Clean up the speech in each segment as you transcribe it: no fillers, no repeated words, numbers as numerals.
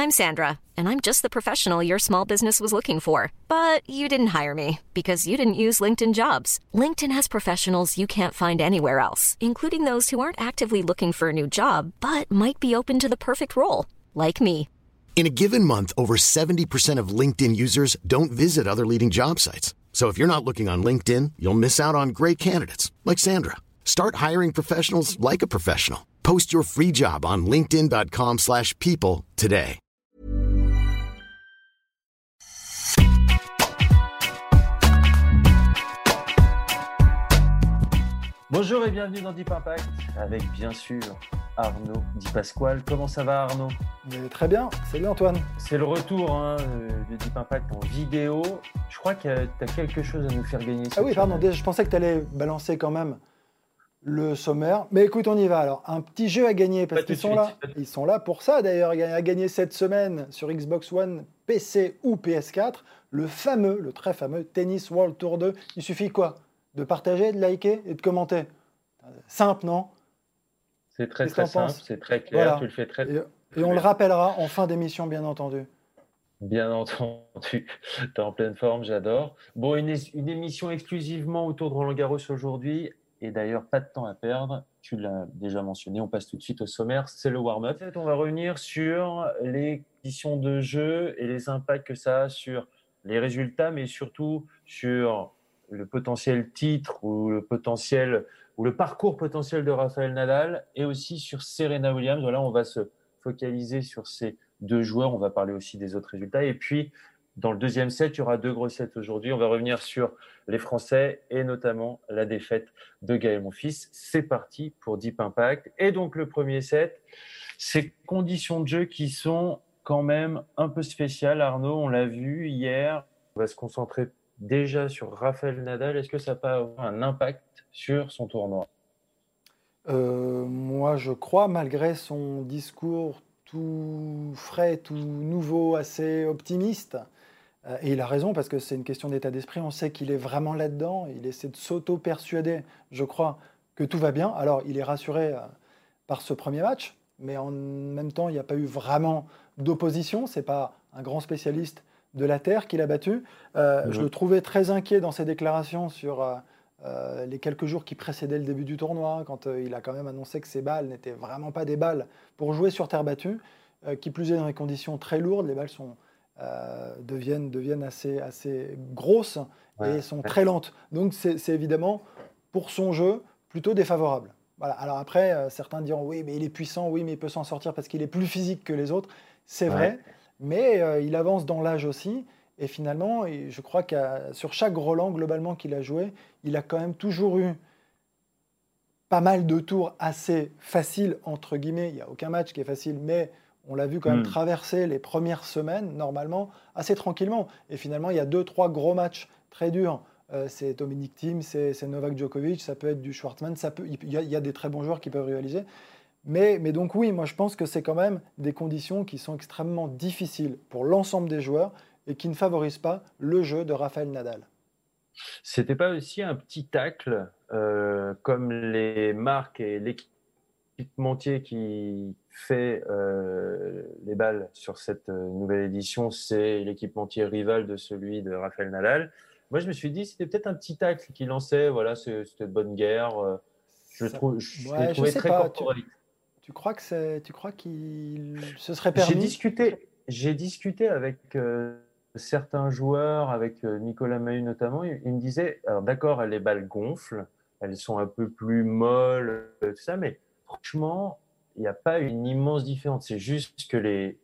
I'm Sandra, and I'm just the professional your small business was looking for. But you didn't hire me because you didn't use LinkedIn Jobs. LinkedIn has professionals you can't find anywhere else, including those who aren't actively looking for a new job, but might be open to the perfect role, like me. In a given month, over 70% of LinkedIn users don't visit other leading job sites. So if you're not looking on LinkedIn, you'll miss out on great candidates like Sandra. Start hiring professionals like a professional. Post your free job on linkedin.com/people today. Bonjour et bienvenue dans Deep Impact avec bien sûr Arnaud Di Pasquale. Comment ça va Arnaud ? Très bien, salut Antoine. C'est le retour de Deep Impact en vidéo. Je crois que tu as quelque chose à nous faire gagner. Ah oui, pardon, je pensais que tu allais balancer quand même le sommaire. Mais écoute, on y va alors. Un petit jeu à gagner parce qu'ils sont là. Ils sont là pour ça d'ailleurs, à gagner cette semaine sur Xbox One, PC ou PS4, le très fameux Tennis World Tour 2. Il suffit quoi ? De partager, de liker et de commenter. Simple, non ? C'est très simple, c'est très clair, voilà. Tu le fais très bien. Et on le rappellera en fin d'émission, bien entendu. Bien entendu, tu es en pleine forme, j'adore. Bon, une émission exclusivement autour de Roland-Garros aujourd'hui, et d'ailleurs, pas de temps à perdre, tu l'as déjà mentionné, on passe tout de suite au sommaire, c'est le warm-up. On va revenir sur les conditions de jeu et les impacts que ça a sur les résultats, mais surtout sur le potentiel titre ou le parcours potentiel de Rafael Nadal et aussi sur Serena Williams. Voilà, on va se focaliser sur ces deux joueurs. On va parler aussi des autres résultats. Et puis, dans le deuxième set, il y aura deux gros sets aujourd'hui. On va revenir sur les Français et notamment la défaite de Gaël Monfils. C'est parti pour Deep Impact. Et donc, le premier set, ces conditions de jeu qui sont quand même un peu spéciales. Arnaud, on l'a vu hier. On va se concentrer déjà sur Rafael Nadal. Est-ce que ça peut avoir un impact sur son tournoi ? Moi, je crois, malgré son discours tout frais, tout nouveau, assez optimiste, et il a raison parce que c'est une question d'état d'esprit, on sait qu'il est vraiment là-dedans, il essaie de s'auto-persuader, je crois, que tout va bien. Alors, il est rassuré par ce premier match, mais en même temps, il n'y a pas eu vraiment d'opposition, c'est pas un grand spécialiste de la Terre qu'il a battu. Je le trouvais très inquiet dans ses déclarations sur les quelques jours qui précédaient le début du tournoi, quand il a quand même annoncé que ces balles n'étaient vraiment pas des balles pour jouer sur terre battue, qui plus est dans des conditions très lourdes, les balles deviennent assez grosses et sont très lentes. Donc c'est évidemment, pour son jeu, plutôt défavorable. Voilà. Alors après, certains diront, oui, mais il est puissant, oui, mais il peut s'en sortir parce qu'il est plus physique que les autres. C'est vrai. Mais il avance dans l'âge aussi, et finalement, je crois que sur chaque Roland, globalement, qu'il a joué, il a quand même toujours eu pas mal de tours assez faciles, entre guillemets. Il n'y a aucun match qui est facile, mais on l'a vu quand même traverser les premières semaines, normalement, assez tranquillement. Et finalement, il y a 2-3 gros matchs très durs. C'est Dominic Thiem, c'est Novak Djokovic, ça peut être du Schwartzman, il y a des très bons joueurs qui peuvent rivaliser. Mais donc oui, moi je pense que c'est quand même des conditions qui sont extrêmement difficiles pour l'ensemble des joueurs et qui ne favorisent pas le jeu de Rafael Nadal. C'était pas aussi un petit tacle comme les marques et l'équipementier qui fait les balles sur cette nouvelle édition, c'est l'équipementier rival de celui de Rafael Nadal. Moi je me suis dit c'était peut-être un petit tacle qu'il lançait, voilà, c'était de bonne guerre. Je l'ai trouvé très corporate. Tu crois qu'il se serait permis ? J'ai discuté avec certains joueurs, avec Nicolas Mahut notamment. Il me disait, alors d'accord, les balles gonflent, elles sont un peu plus molles, tout ça, mais franchement, il n'y a pas une immense différence. C'est juste que les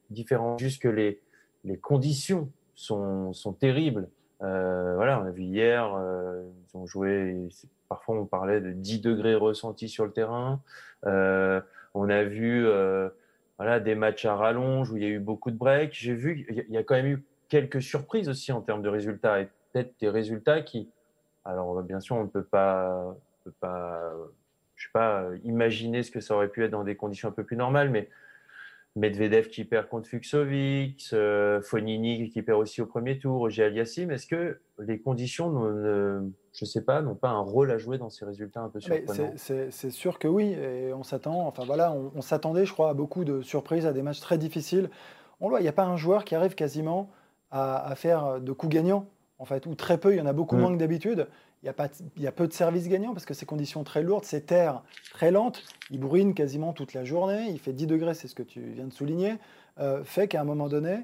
conditions sont terribles. Voilà, on a vu hier, ils ont joué. Parfois, on parlait de 10 degrés ressentis sur le terrain. On a vu des matchs à rallonge où il y a eu beaucoup de breaks. J'ai vu qu'il y a quand même eu quelques surprises aussi en termes de résultats. Et peut-être des résultats qui... Alors, bien sûr, on ne peut pas je sais pas, imaginer ce que ça aurait pu être dans des conditions un peu plus normales, mais Medvedev qui perd contre Fucsovics, Fognini qui perd aussi au premier tour, Auger Aliassime. Est-ce que les conditions, je sais pas, n'ont pas un rôle à jouer dans ces résultats un peu surprenants ? C'est sûr que oui, et on s'attendait, je crois, à beaucoup de surprises, à des matchs très difficiles. On le voit, il n'y a pas un joueur qui arrive quasiment à faire de coups gagnants, en fait, ou très peu, il y en a beaucoup moins que d'habitude. Il y a peu de services gagnants parce que ces conditions très lourdes, ces terres très lentes, il bourrine quasiment toute la journée, il fait 10 degrés, c'est ce que tu viens de souligner, fait qu'à un moment donné,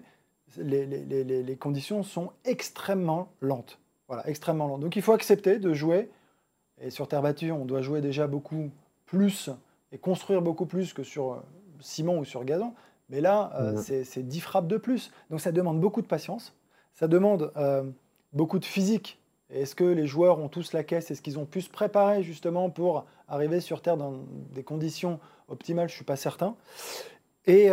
les conditions sont extrêmement lentes. Voilà, extrêmement lentes. Donc il faut accepter de jouer, et sur terre battue, on doit jouer déjà beaucoup plus et construire beaucoup plus que sur ciment ou sur gazon. Mais là, c'est 10 frappes de plus. Donc ça demande beaucoup de patience, ça demande beaucoup de physique. Et est-ce que les joueurs ont tous la caisse? Est-ce qu'ils ont pu se préparer justement pour arriver sur terre dans des conditions optimales? Je ne suis pas certain. Et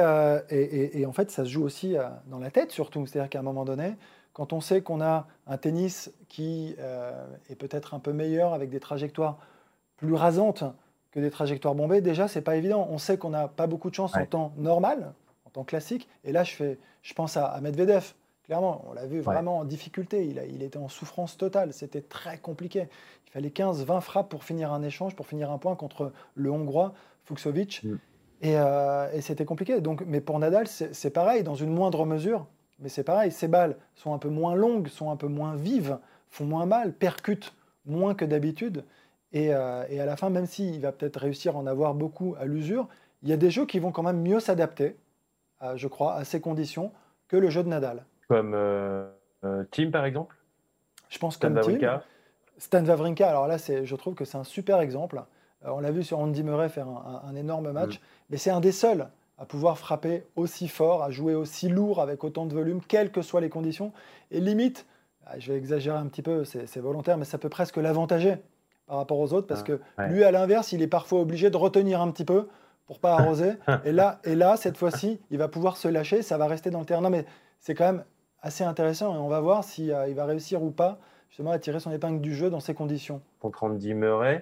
en fait, ça se joue aussi dans la tête surtout. C'est-à-dire qu'à un moment donné, quand on sait qu'on a un tennis qui est peut-être un peu meilleur avec des trajectoires plus rasantes que des trajectoires bombées, déjà, c'est pas évident. On sait qu'on n'a pas beaucoup de chance en temps normal, en temps classique. Et là, je pense à Medvedev. Clairement, on l'a vu vraiment en difficulté. Il était en souffrance totale. C'était très compliqué. Il fallait 15-20 frappes pour finir un échange, pour finir un point contre le Hongrois Fucsovics. Et c'était compliqué. Donc, mais pour Nadal, c'est pareil, dans une moindre mesure. Mais c'est pareil, ses balles sont un peu moins longues, sont un peu moins vives, font moins mal, percutent moins que d'habitude. Et à la fin, même s'il va peut-être réussir à en avoir beaucoup à l'usure, il y a des jeux qui vont quand même mieux s'adapter, je crois, à ces conditions que le jeu de Nadal. Comme Thiem, par exemple? Je pense comme Thiem. Stan Wawrinka, alors là, je trouve que c'est un super exemple. On l'a vu sur Andy Murray faire un énorme match, mais c'est un des seuls à pouvoir frapper aussi fort, à jouer aussi lourd avec autant de volume, quelles que soient les conditions. Et limite, je vais exagérer un petit peu, c'est volontaire, mais ça peut presque l'avantager par rapport aux autres, parce que lui, à l'inverse, il est parfois obligé de retenir un petit peu pour pas arroser. et là, cette fois-ci, il va pouvoir se lâcher, ça va rester dans le terrain. Non, mais c'est quand même assez intéressant, et on va voir s'il va réussir ou pas, justement, à tirer son épingle du jeu dans ces conditions. Contre Andy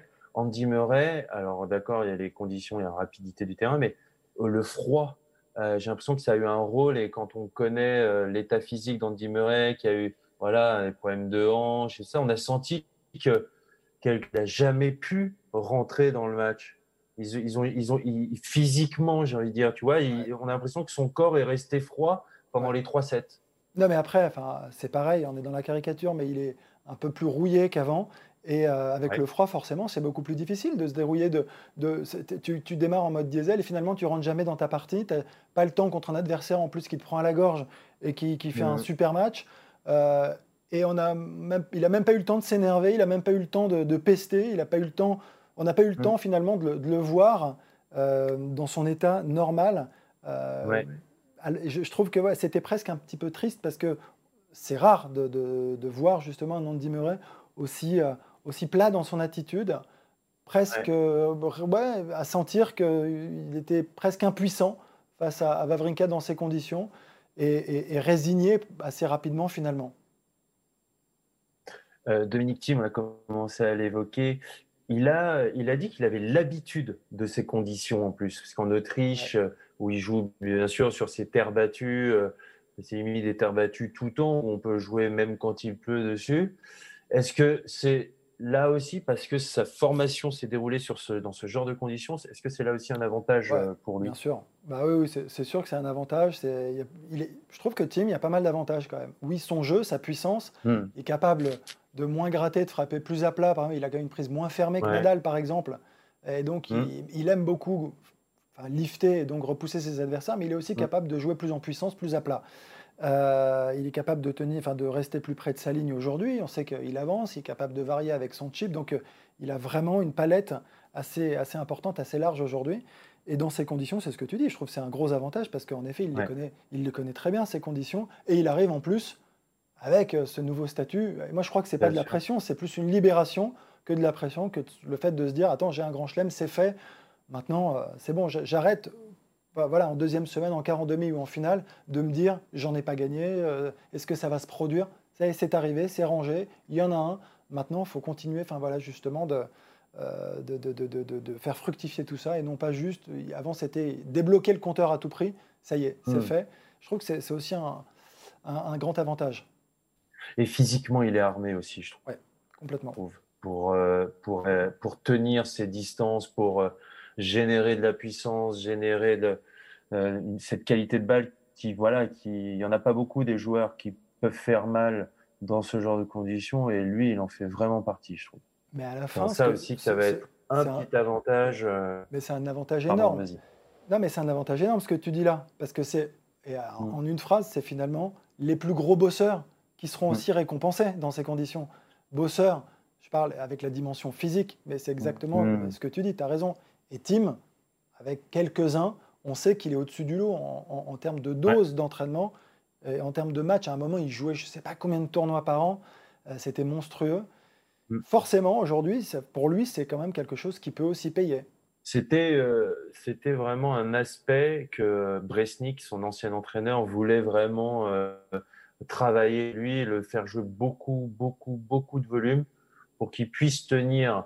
Murray, alors d'accord, il y a les conditions, il y a la rapidité du terrain, mais le froid, j'ai l'impression que ça a eu un rôle. Et quand on connaît l'état physique d'Andy Murray, qui a eu des problèmes de hanche et ça, on a senti qu'elle n'a jamais pu rentrer dans le match. Physiquement, j'ai envie de dire, tu vois, on a l'impression que son corps est resté froid pendant les 3 sets. Non, mais après, c'est pareil, on est dans la caricature, mais il est un peu plus rouillé qu'avant. Et avec le froid, forcément, c'est beaucoup plus difficile de se dérouiller. Tu démarres en mode diesel et finalement, tu rentres jamais dans ta partie. Tu n'as pas le temps contre un adversaire en plus qui te prend à la gorge et qui fait un super match. Et il n'a même pas eu le temps de s'énerver, il n'a même pas eu le temps de pester, on n'a pas eu le temps finalement de le voir dans son état normal. Je trouve que c'était presque un petit peu triste parce que c'est rare de voir justement un Andy Murray aussi plat dans son attitude, presque à sentir qu'il était presque impuissant face à Wawrinka dans ces conditions et résigné assez rapidement finalement. Dominic Thiem, on a commencé à l'évoquer. Il a dit qu'il avait l'habitude de ces conditions en plus, parce qu'en Autriche, où il joue bien sûr sur ses terres battues, c'est limite des terres battues tout le temps, où on peut jouer même quand il pleut dessus. Est-ce que c'est là aussi parce que sa formation s'est déroulée dans ce genre de conditions? Est-ce que c'est là aussi un avantage pour lui? Bien sûr. Bah oui, c'est sûr que c'est un avantage. Je trouve que Thiem, il y a pas mal d'avantages quand même. Oui, son jeu, sa puissance, il est capable de moins gratter, de frapper plus à plat. Par exemple, il a quand même une prise moins fermée que Nadal, par exemple. Et donc, il aime beaucoup lifter et donc repousser ses adversaires, mais il est aussi capable de jouer plus en puissance, plus à plat. Il est capable de rester plus près de sa ligne aujourd'hui. On sait qu'il avance, il est capable de varier avec son chip. Donc, il a vraiment une palette assez importante, assez large aujourd'hui. Et dans ces conditions, c'est ce que tu dis. Je trouve que c'est un gros avantage parce qu'en effet, il les connaît très bien, ces conditions. Et il arrive en plus avec ce nouveau statut. Et moi, je crois que ce n'est pas de la pression, c'est plus une libération que de la pression, que le fait de se dire « Attends, j'ai un grand chelem, c'est fait. Maintenant, c'est bon, j'arrête. » Voilà, en deuxième semaine, en quart, en demi ou en finale, de me dire j'en ai pas gagné, est-ce que ça va se produire? Ça y est, c'est arrivé, c'est rangé, il y en a un. Maintenant, il faut continuer, justement, de faire fructifier tout ça et non pas juste. Avant, c'était débloquer le compteur à tout prix. Ça y est, c'est fait. Je trouve que c'est aussi un grand avantage. Et physiquement, il est armé aussi, je trouve. Oui, complètement. Pour tenir ses distances, pour générer de la puissance, générer cette qualité de balle il y en a pas beaucoup des joueurs qui peuvent faire mal dans ce genre de conditions, et lui, il en fait vraiment partie, je trouve. Mais à la C'est en fin, ça aussi que ça va être un petit avantage. Mais c'est un avantage Pardon, énorme. vas-y. Non, mais c'est un avantage énorme ce que tu dis là. Parce que en une phrase, c'est finalement les plus gros bosseurs qui seront aussi récompensés dans ces conditions. Bosseurs, je parle avec la dimension physique, mais c'est exactement ce que tu dis, tu as raison. Et Tim, avec quelques-uns, on sait qu'il est au-dessus du lot en termes de dose d'entraînement, et en termes de match. À un moment, il jouait je ne sais pas combien de tournois par an, c'était monstrueux. Forcément, aujourd'hui, pour lui, c'est quand même quelque chose qui peut aussi payer. C'était vraiment un aspect que Bresnik, son ancien entraîneur, voulait vraiment travailler, lui, le faire jouer beaucoup, beaucoup, beaucoup de volume pour qu'il puisse tenir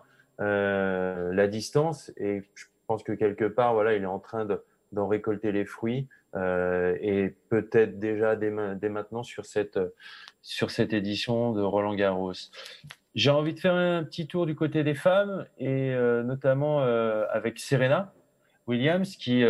la distance. Et je pense que quelque part, voilà, il est en train d'en récolter les fruits, et peut-être déjà dès maintenant sur cette édition de Roland-Garros. J'ai envie de faire un petit tour du côté des femmes, et notamment avec Serena Williams qui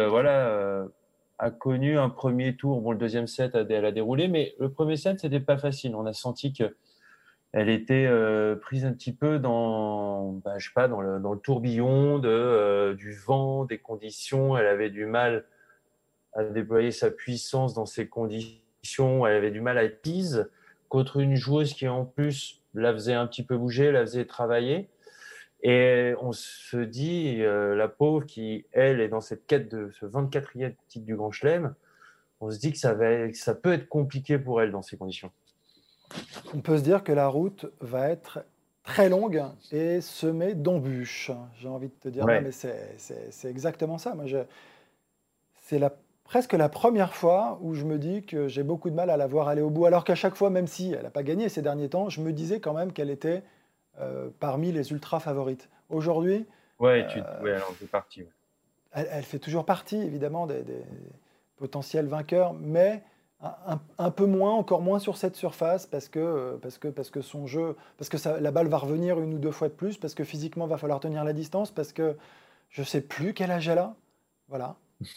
a connu un premier tour. Bon, le deuxième set, elle a déroulé, mais le premier set, c'était pas facile. On a senti que elle était prise un petit peu dans le tourbillon du vent, des conditions. Elle avait du mal à déployer sa puissance dans ces conditions. Elle avait du mal à être prise contre une joueuse qui en plus la faisait un petit peu bouger, la faisait travailler. Et on se dit, la pauvre qui, elle, est dans cette quête de ce 24e titre du Grand Chelem, on se dit que ça peut être compliqué pour elle dans ces conditions. On peut se dire que la route va être très longue et semée d'embûches. J'ai envie de te dire, Ouais. non, mais c'est exactement ça. Moi, c'est presque la première fois où je me dis que j'ai beaucoup de mal à la voir aller au bout. Alors qu'à chaque fois, même si elle n'a pas gagné ces derniers temps, je me disais quand même qu'elle était parmi les ultra favorites. Aujourd'hui, Elle en fait partie. Ouais. elle fait toujours partie, évidemment, des potentiels vainqueurs, mais un peu moins, encore moins sur cette surface, parce que son jeu, parce que la balle va revenir une ou deux fois de plus, parce que physiquement, il va falloir tenir la distance, parce que je ne sais plus quel âge elle a. Voilà.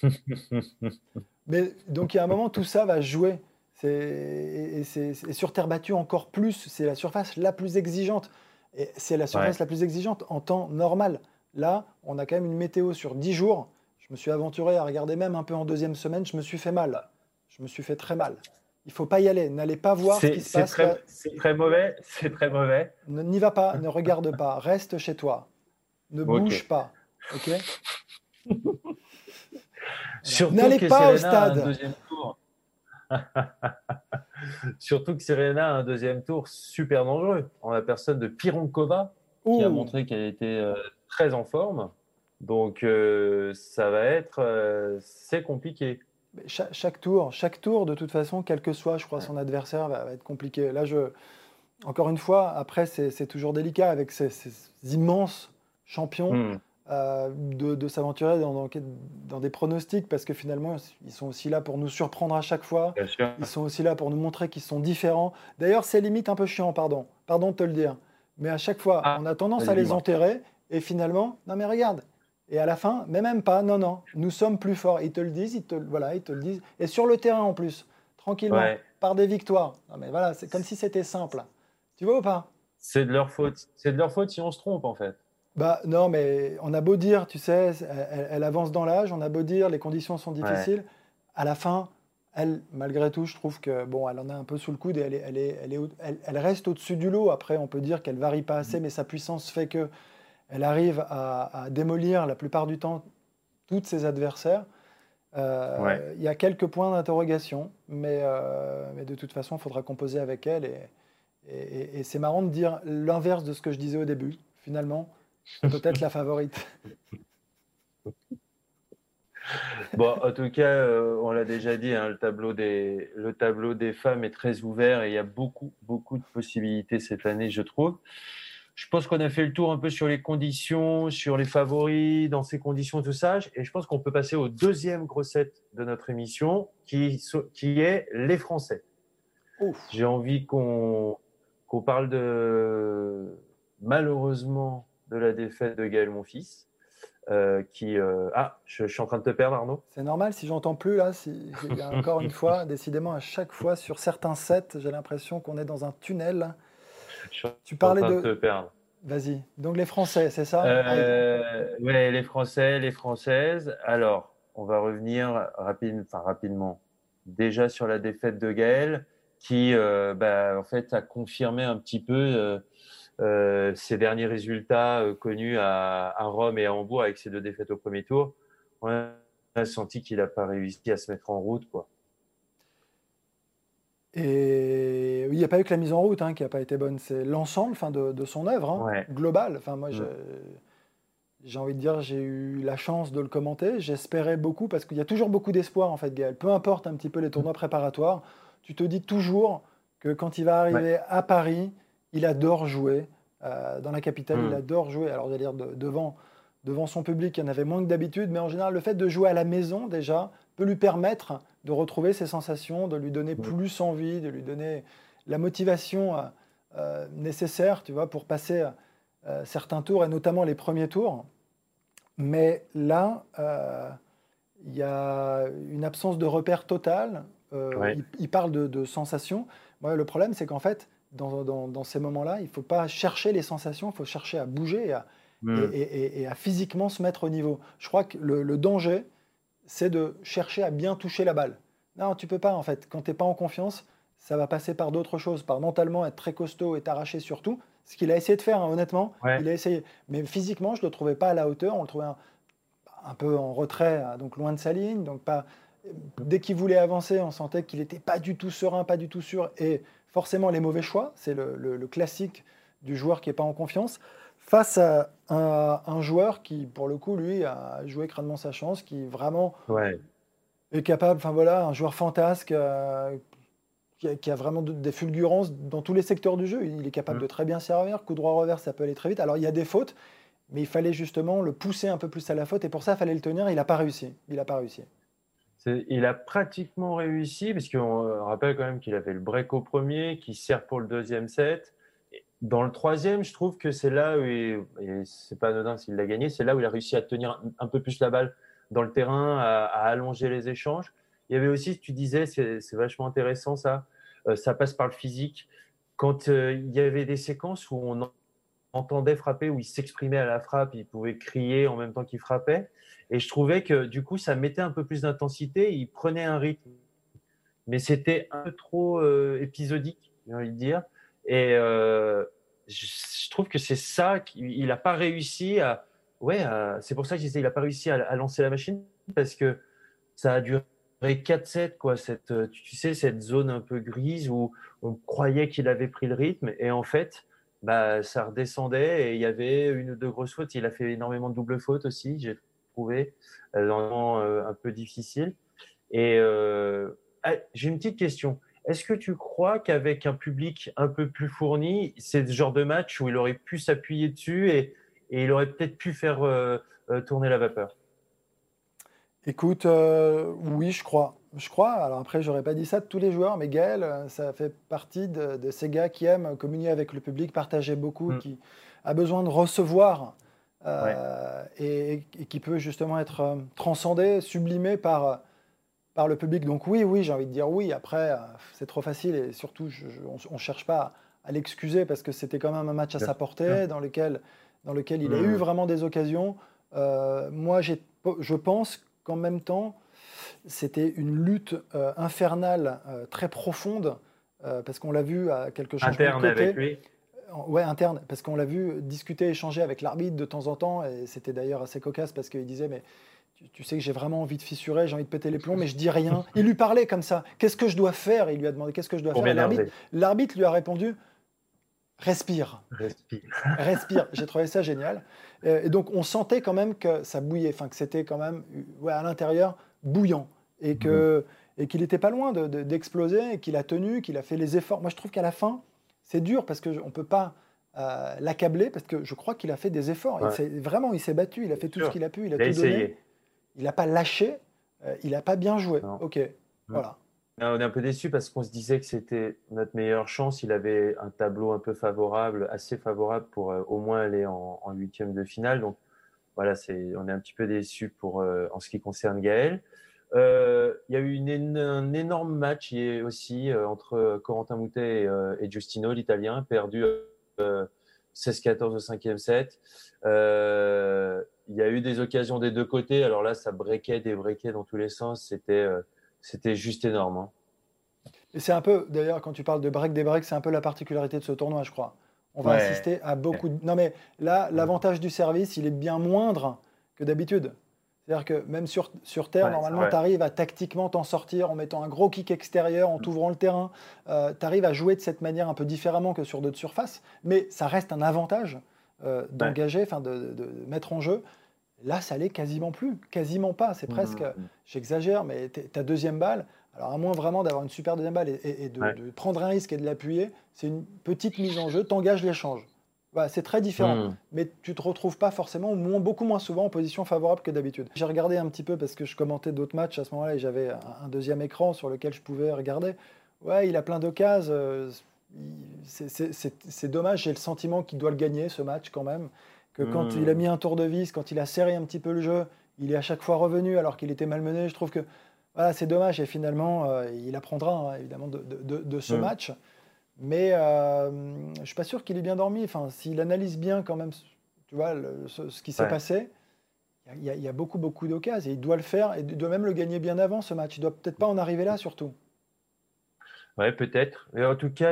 Mais donc, il y a un moment, tout ça va jouer. Et sur terre battue encore plus, c'est la surface la plus exigeante. Et c'est la surface la plus exigeante en temps normal. Là, on a quand même une météo sur 10 jours. Je me suis aventuré à regarder même un peu en deuxième semaine. Je me suis fait mal. Je me suis fait très mal. Il ne faut pas y aller. N'allez pas voir ce qui se passe. C'est très mauvais. C'est très mauvais. N'y va pas. Ne regarde pas. Reste chez toi. Ne bouge pas. OK. N'allez pas au stade. Deuxième tour. Surtout que Serena a un deuxième tour super dangereux en la personne de Pironkova, qui a montré qu'elle était très en forme. Donc ça va être c'est compliqué. Chaque tour, de toute façon, quel que soit, je crois, son adversaire va être compliqué. Là, encore une fois, après, c'est toujours délicat avec ces immenses champions de s'aventurer dans des pronostics, parce que finalement, ils sont aussi là pour nous surprendre à chaque fois. Bien sûr. Ils sont aussi là pour nous montrer qu'ils sont différents. D'ailleurs, c'est limite un peu chiant, pardon de te le dire. Mais à chaque fois, on a tendance à les enterrer, et finalement, non mais regarde. Et à la fin, mais même pas, non, nous sommes plus forts. Ils te le disent, ils te le disent. Et sur le terrain en plus, tranquillement, par des victoires. Non mais voilà, c'est comme si c'était simple. Tu vois ou pas ? C'est de leur faute. C'est de leur faute si on se trompe, en fait. Bah non, mais on a beau dire, tu sais, elle avance dans l'âge, on a beau dire, les conditions sont difficiles. À la fin, elle, malgré tout, je trouve que bon, elle en a un peu sous le coude et elle reste au-dessus du lot. Après, on peut dire qu'elle varie pas assez, mais sa puissance fait que elle arrive à démolir la plupart du temps tous ses adversaires. Il y a quelques points d'interrogation, mais de toute façon, il faudra composer avec elle. Et c'est marrant de dire l'inverse de ce que je disais au début. Finalement, peut-être la favorite. Bon, en tout cas, on l'a déjà dit, hein, le tableau des femmes est très ouvert et il y a beaucoup, beaucoup de possibilités cette année, je trouve. Je pense qu'on a fait le tour un peu sur les conditions, sur les favoris, dans ces conditions, tout ça. Et je pense qu'on peut passer au deuxième gros set de notre émission, qui est les Français. Ouf. J'ai envie qu'on parle malheureusement de la défaite de Gaël Monfils. je suis en train de te perdre, Arnaud. C'est normal si j'entends plus là. Il y a encore une fois, décidément, à chaque fois sur certains sets, j'ai l'impression qu'on est dans un tunnel. Je suis Tu en parlais train de te de. perdre. Vas-y. Donc les Français, c'est ça? Ouais, les Français, les Françaises. Alors, on va revenir rapidement. Déjà sur la défaite de Gaël, qui en fait a confirmé un petit peu ses derniers résultats connus à Rome et à Hambourg avec ses 2 défaites au premier tour. On a senti qu'il n'a pas réussi à se mettre en route, quoi. Et il n'y a pas eu que la mise en route qui n'a pas été bonne, c'est l'ensemble de son œuvre Ouais. globale. Enfin, moi, Mm. j'ai envie de dire, j'ai eu la chance de le commenter. J'espérais beaucoup parce qu'il y a toujours beaucoup d'espoir en fait, Gaël. Peu importe un petit peu les tournois préparatoires, tu te dis toujours que quand il va arriver à Paris, il adore jouer. Dans la capitale, il adore jouer. Alors, j'allais dire devant son public, il y en avait moins que d'habitude, mais en général, le fait de jouer à la maison déjà peut lui permettre de retrouver ses sensations, de lui donner plus envie, de lui donner la motivation nécessaire, tu vois, pour passer certains tours, et notamment les premiers tours. Mais là, il y a une absence de repère total. Il parle de sensations. Moi, le problème, c'est qu'en fait, dans ces moments-là, il ne faut pas chercher les sensations, il faut chercher à bouger et à physiquement se mettre au niveau. Je crois que le danger, c'est de chercher à bien toucher la balle. Non, tu peux pas, en fait. Quand tu n'es pas en confiance, ça va passer par d'autres choses, par mentalement être très costaud et t'arracher surtout. Ce qu'il a essayé de faire, honnêtement, il a essayé. Mais physiquement, je ne le trouvais pas à la hauteur. On le trouvait un peu en retrait, donc loin de sa ligne. Donc dès qu'il voulait avancer, on sentait qu'il n'était pas du tout serein, pas du tout sûr. Et forcément, les mauvais choix, c'est le classique du joueur qui n'est pas en confiance, face à un joueur qui, pour le coup, lui, a joué crânement sa chance, qui vraiment est capable, enfin voilà, un joueur fantasque qui a vraiment des fulgurances dans tous les secteurs du jeu. Il est capable de très bien servir, coup droit revers, ça peut aller très vite. Alors il y a des fautes, mais il fallait justement le pousser un peu plus à la faute, et pour ça, il fallait le tenir. Il n'a pas réussi. Il a pratiquement réussi, parce qu'on rappelle quand même qu'il a fait le break au premier, qu'il sert pour le deuxième set. Dans le troisième, je trouve que c'est là où, et c'est pas anodin s'il l'a gagné, c'est là où il a réussi à tenir un peu plus la balle dans le terrain, à allonger les échanges. Il y avait aussi, tu disais, c'est vachement intéressant ça, ça passe par le physique. Quand il y avait des séquences où on entendait frapper, où il s'exprimait à la frappe, il pouvait crier en même temps qu'il frappait. Et je trouvais que du coup, ça mettait un peu plus d'intensité, il prenait un rythme. Mais c'était un peu trop épisodique, j'ai envie de dire. Et je trouve que c'est ça qu'il n'a pas réussi à. C'est pour ça que je disais, il n'a pas réussi à lancer la machine, parce que ça a duré 4-7, quoi. Tu sais, cette zone un peu grise où on croyait qu'il avait pris le rythme, et en fait, ça redescendait et il y avait une ou deux grosses fautes. Il a fait énormément de doubles fautes aussi, j'ai trouvé, vraiment un peu difficile. Et j'ai une petite question. Est-ce que tu crois qu'avec un public un peu plus fourni, c'est le genre de match où il aurait pu s'appuyer dessus et il aurait peut-être pu faire tourner la vapeur? Écoute, oui, je crois. Je crois. Alors après, j'aurais pas dit ça de tous les joueurs, mais Gaël, ça fait partie de ces gars qui aiment communier avec le public, partager beaucoup, qui a besoin de recevoir et qui peut justement être transcendé, sublimé par le public. Donc oui, j'ai envie de dire oui. Après, c'est trop facile, et surtout, on ne cherche pas à l'excuser, parce que c'était quand même un match à sa portée, dans lequel il a eu vraiment des occasions. Moi, je pense qu'en même temps, c'était une lutte infernale, très profonde, parce qu'on l'a vu à quelques changements Interne de côté. avec lui. Ouais, interne, parce qu'on l'a vu discuter, échanger avec l'arbitre de temps en temps, et c'était d'ailleurs assez cocasse, parce qu'il disait, mais tu sais que j'ai vraiment envie de fissurer, j'ai envie de péter les plombs, mais je dis rien. Il lui parlait comme ça. Qu'est-ce que je dois faire? Il lui a demandé qu'est-ce que je dois Pour faire. m'énerver. L'arbitre lui a répondu, respire. Respire. J'ai trouvé ça génial. Et donc, on sentait quand même que ça bouillait, enfin, que c'était quand même à l'intérieur bouillant, et qu'il n'était pas loin d'exploser, et qu'il a tenu, qu'il a fait les efforts. Moi, je trouve qu'à la fin, c'est dur, parce qu'on ne peut pas l'accabler, parce que je crois qu'il a fait des efforts. Il s'est battu, il a fait tout ce qu'il a pu, il a tout donné. Il n'a pas lâché, il n'a pas bien joué. Non. Ok, voilà. On est un peu déçus, parce qu'on se disait que c'était notre meilleure chance. Il avait un tableau un peu favorable, assez favorable pour au moins aller en huitième de finale. Donc voilà, on est un petit peu déçus en ce qui concerne Gaël. Il y a eu un énorme match aussi entre Corentin Moutet et Giustino, l'Italien, perdu 16-14 au 5e set. Il y a eu des occasions des deux côtés. Alors là, ça débraquait dans tous les sens. C'était juste énorme. Hein. Et c'est un peu, d'ailleurs, quand tu parles de break des breaks, c'est un peu la particularité de ce tournoi, je crois. On va assister à beaucoup de... Non, mais là, l'avantage du service, il est bien moindre que d'habitude. C'est-à-dire que même sur terre, normalement, tu arrives à tactiquement t'en sortir en mettant un gros kick extérieur, en t'ouvrant le terrain. Tu arrives à jouer de cette manière un peu différemment que sur d'autres surfaces, mais ça reste un avantage d'engager, de mettre en jeu. Là, ça l'est quasiment plus, quasiment pas. C'est presque, j'exagère, mais ta deuxième balle, alors à moins vraiment d'avoir une super deuxième balle et de prendre un risque et de l'appuyer, c'est une petite mise en jeu, t'engages l'échange. Voilà, c'est très différent, mais tu te retrouves pas forcément, beaucoup moins souvent en position favorable que d'habitude. J'ai regardé un petit peu parce que je commentais d'autres matchs à ce moment-là et j'avais un deuxième écran sur lequel je pouvais regarder. Ouais, il a plein d'occasions. C'est dommage, j'ai le sentiment qu'il doit le gagner ce match quand même. Que quand il a mis un tour de vis, quand il a serré un petit peu le jeu, il est à chaque fois revenu alors qu'il était malmené. Je trouve que voilà, c'est dommage et finalement, il apprendra évidemment de ce match. Mais je ne suis pas sûr qu'il ait bien dormi. Enfin, s'il analyse bien quand même, tu vois, ce qui s'est passé, il y a beaucoup d'occasions. Et il doit le faire et il doit même le gagner bien avant ce match. Il ne doit peut-être pas en arriver là surtout. Ouais, peut-être. Mais en tout cas,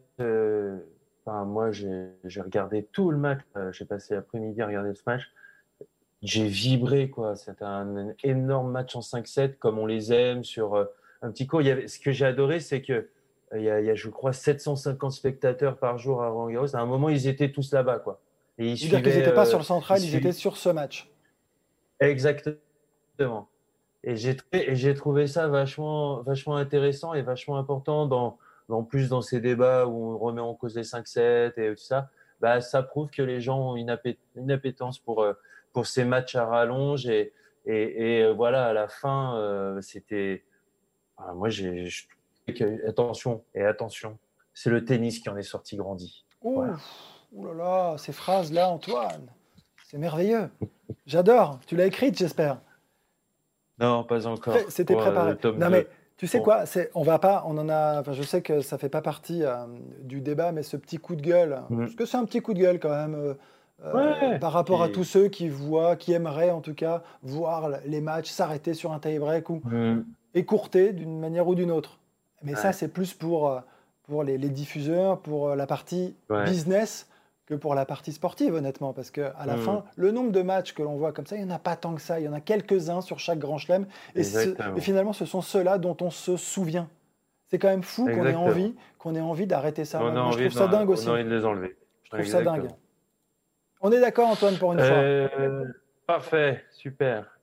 moi, j'ai regardé tout le match. J'ai passé l'après-midi à regarder ce match. J'ai vibré, quoi. C'était un énorme match en 5-7, comme on les aime, sur un petit cours. Ce que j'ai adoré, c'est que il y a, je crois, 750 spectateurs par jour à Roland-Garros. À un moment, ils étaient tous là-bas, quoi. Et ils C'est-à-dire qu'ils n'étaient pas sur le central, ils étaient sur ce match. Exactement. Et j'ai trouvé ça vachement intéressant et vachement important en plus dans ces débats où on remet en cause les 5-7 et tout ça. Bah, ça prouve que les gens ont une appétence pour ces matchs à rallonge et voilà, à la fin, c'était, moi, je trouvais que, attention, c'est le tennis qui en est sorti grandi. Voilà. Ouh là là, ces phrases-là, Antoine, c'est merveilleux. J'adore. Tu l'as écrite, j'espère. Non, pas encore. C'était préparé. Non, mais tu sais quoi, on va pas, on en a. Enfin, je sais que ça fait pas partie du débat, mais ce petit coup de gueule, parce que c'est un petit coup de gueule quand même, par rapport à tous ceux qui aimeraient en tout cas voir les matchs s'arrêter sur un tie-break ou écourter d'une manière ou d'une autre. Mais ça, c'est plus pour les diffuseurs, pour la partie business que pour la partie sportive, honnêtement, parce qu'à la fin, le nombre de matchs que l'on voit comme ça, il n'y en a pas tant que ça, il y en a quelques-uns sur chaque grand chelem, et finalement, ce sont ceux-là dont on se souvient. C'est quand même fou qu'on ait envie d'arrêter ça. Moi, je trouve ça dingue aussi. On a envie de les enlever. Je trouve ça dingue. On est d'accord, Antoine, pour une fois. Parfait, super.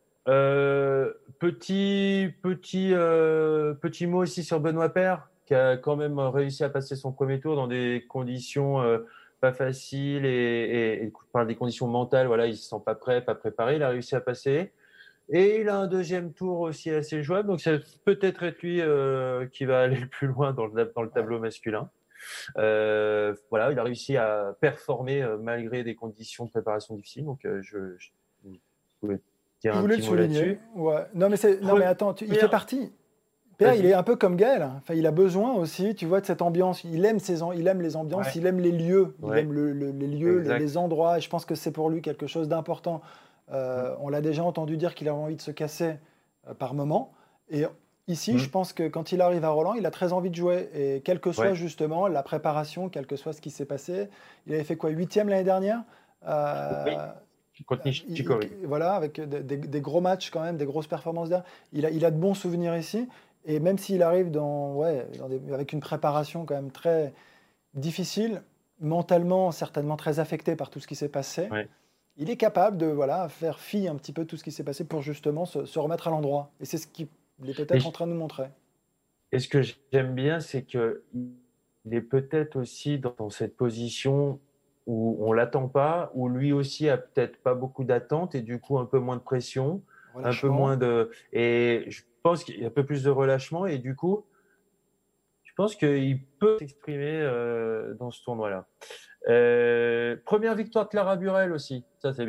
Petit mot aussi sur Benoît Paire, qui a quand même réussi à passer son premier tour dans des conditions pas facile et par des conditions mentales, voilà, il se sent pas prêt, pas préparé, il a réussi à passer. Et il a un deuxième tour aussi assez jouable, donc c'est peut-être être lui qui va aller le plus loin dans le tableau masculin. Voilà, il a réussi à performer malgré des conditions de préparation difficiles, donc je voulais dire un petit mot là-dessus. Ouais. Non mais attends, il fait partie. Pierre, il est un peu comme Gaël. Enfin, il a besoin aussi, tu vois, de cette ambiance. Il aime les ambiances, il aime les lieux, il aime les lieux, les endroits. Et je pense que c'est pour lui quelque chose d'important. On l'a déjà entendu dire qu'il a envie de se casser par moment. Et ici, je pense que quand il arrive à Roland, il a très envie de jouer. Et quelle que soit justement la préparation, quel que soit ce qui s'est passé, il avait fait quoi, 8e l'année dernière contre Nishikori. Voilà, avec des gros matchs quand même, des grosses performances derrière. Il a de bons souvenirs ici. Et même s'il arrive avec une préparation quand même très difficile, mentalement certainement très affecté par tout ce qui s'est passé, il est capable de faire fi un petit peu de tout ce qui s'est passé pour justement se remettre à l'endroit. Et c'est ce qu'il est peut-être en train de nous montrer. Et ce que j'aime bien, c'est qu'il est peut-être aussi dans cette position où on ne l'attend pas, où lui aussi a peut-être pas beaucoup d'attentes et du coup un peu moins de pression, un peu moins de... Et je pense qu'il y a un peu plus de relâchement et du coup, je pense qu'il peut s'exprimer dans ce tournoi-là. Première victoire de Clara Burel aussi, ça c'est bien.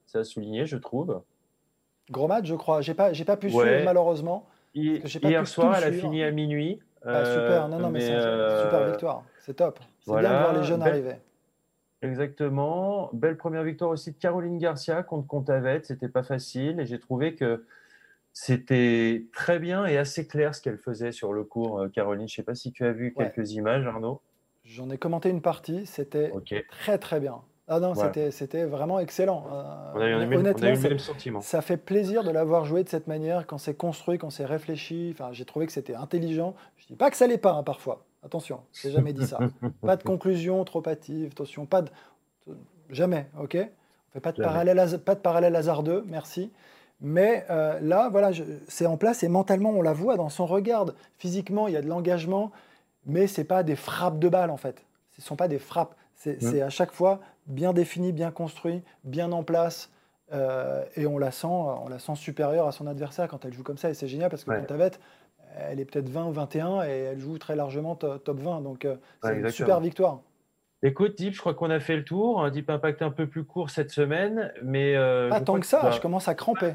c'est à souligner, je trouve. Gros match, je crois. J'ai pas pu suivre, malheureusement. Hier soir, elle a fini à minuit. Super, non, mais c'est une super victoire. C'est top. C'est bien de voir les jeunes arriver. Exactement. Belle première victoire aussi de Caroline Garcia contre Contavet. C'était pas facile et j'ai trouvé que c'était très bien et assez clair ce qu'elle faisait sur le court, Caroline. Je ne sais pas si tu as vu quelques images, Arnaud. J'en ai commenté une partie. C'était très, très bien. Ah non, c'était vraiment excellent. On a eu le même sentiment. Ça fait plaisir de l'avoir joué de cette manière, quand c'est construit, quand c'est réfléchi. Enfin, j'ai trouvé que c'était intelligent. Je ne dis pas que ça ne l'est pas, parfois. Attention, je n'ai jamais dit ça. Pas de conclusion trop hâtive, attention, jamais, ok. On ne fait pas de parallèle hasardeux, merci. Mais là, voilà, c'est en place et mentalement, on la voit dans son regard. Physiquement, il y a de l'engagement, mais ce n'est pas des frappes de balles, en fait. Ce ne sont pas des frappes. C'est à chaque fois bien défini, bien construit, bien en place. Et on la sent supérieure à son adversaire quand elle joue comme ça. Et c'est génial parce que Contavet, elle est peut-être 20 ou 21 et elle joue très largement top 20. Donc, c'est une super victoire. Écoute, Deep, je crois qu'on a fait le tour. Un Deep Impact un peu plus court cette semaine. Mais pas tant que ça, je commence à cramper.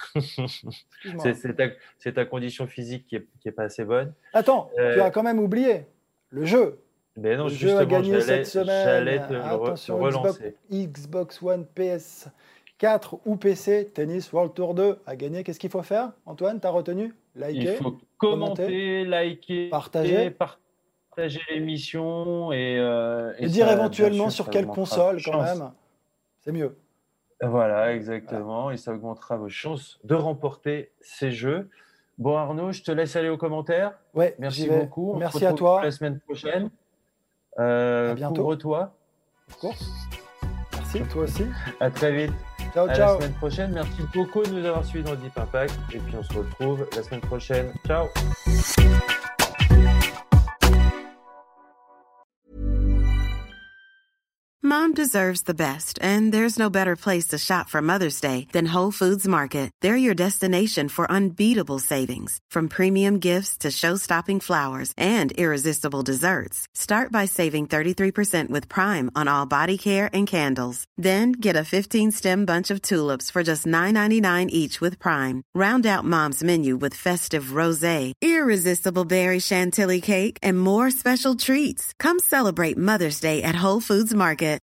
C'est ta condition physique qui est pas assez bonne. Attends, tu as quand même oublié le jeu. Mais non, le jeu a gagné cette semaine. J'allais te Attention, relancer. Xbox One, PS4 ou PC, Tennis World Tour 2 a gagné. Qu'est-ce qu'il faut faire, Antoine? Tu as retenu? Liker, il faut commenter, liker, partager l'émission et dire éventuellement sur quelle console quand même. C'est mieux. Voilà, exactement. Et ça augmentera vos chances de remporter ces jeux. Bon, Arnaud, je te laisse aller aux commentaires. Ouais, merci beaucoup. Merci à toi. La semaine prochaine. À bientôt. Couvre-toi. Of course. Merci, toi aussi. À très vite. Ciao, à la semaine prochaine. Merci beaucoup de nous avoir suivis dans Deep Impact. Et puis, on se retrouve la semaine prochaine. Ciao. Mom deserves the best, and there's no better place to shop for Mother's Day than Whole Foods Market. They're your destination for unbeatable savings, from premium gifts to show-stopping flowers and irresistible desserts. Start by saving 33% with Prime on all body care and candles. Then get a 15-stem bunch of tulips for just $9.99 each with Prime. Round out Mom's menu with festive rosé, irresistible berry chantilly cake, and more special treats. Come celebrate Mother's Day at Whole Foods Market.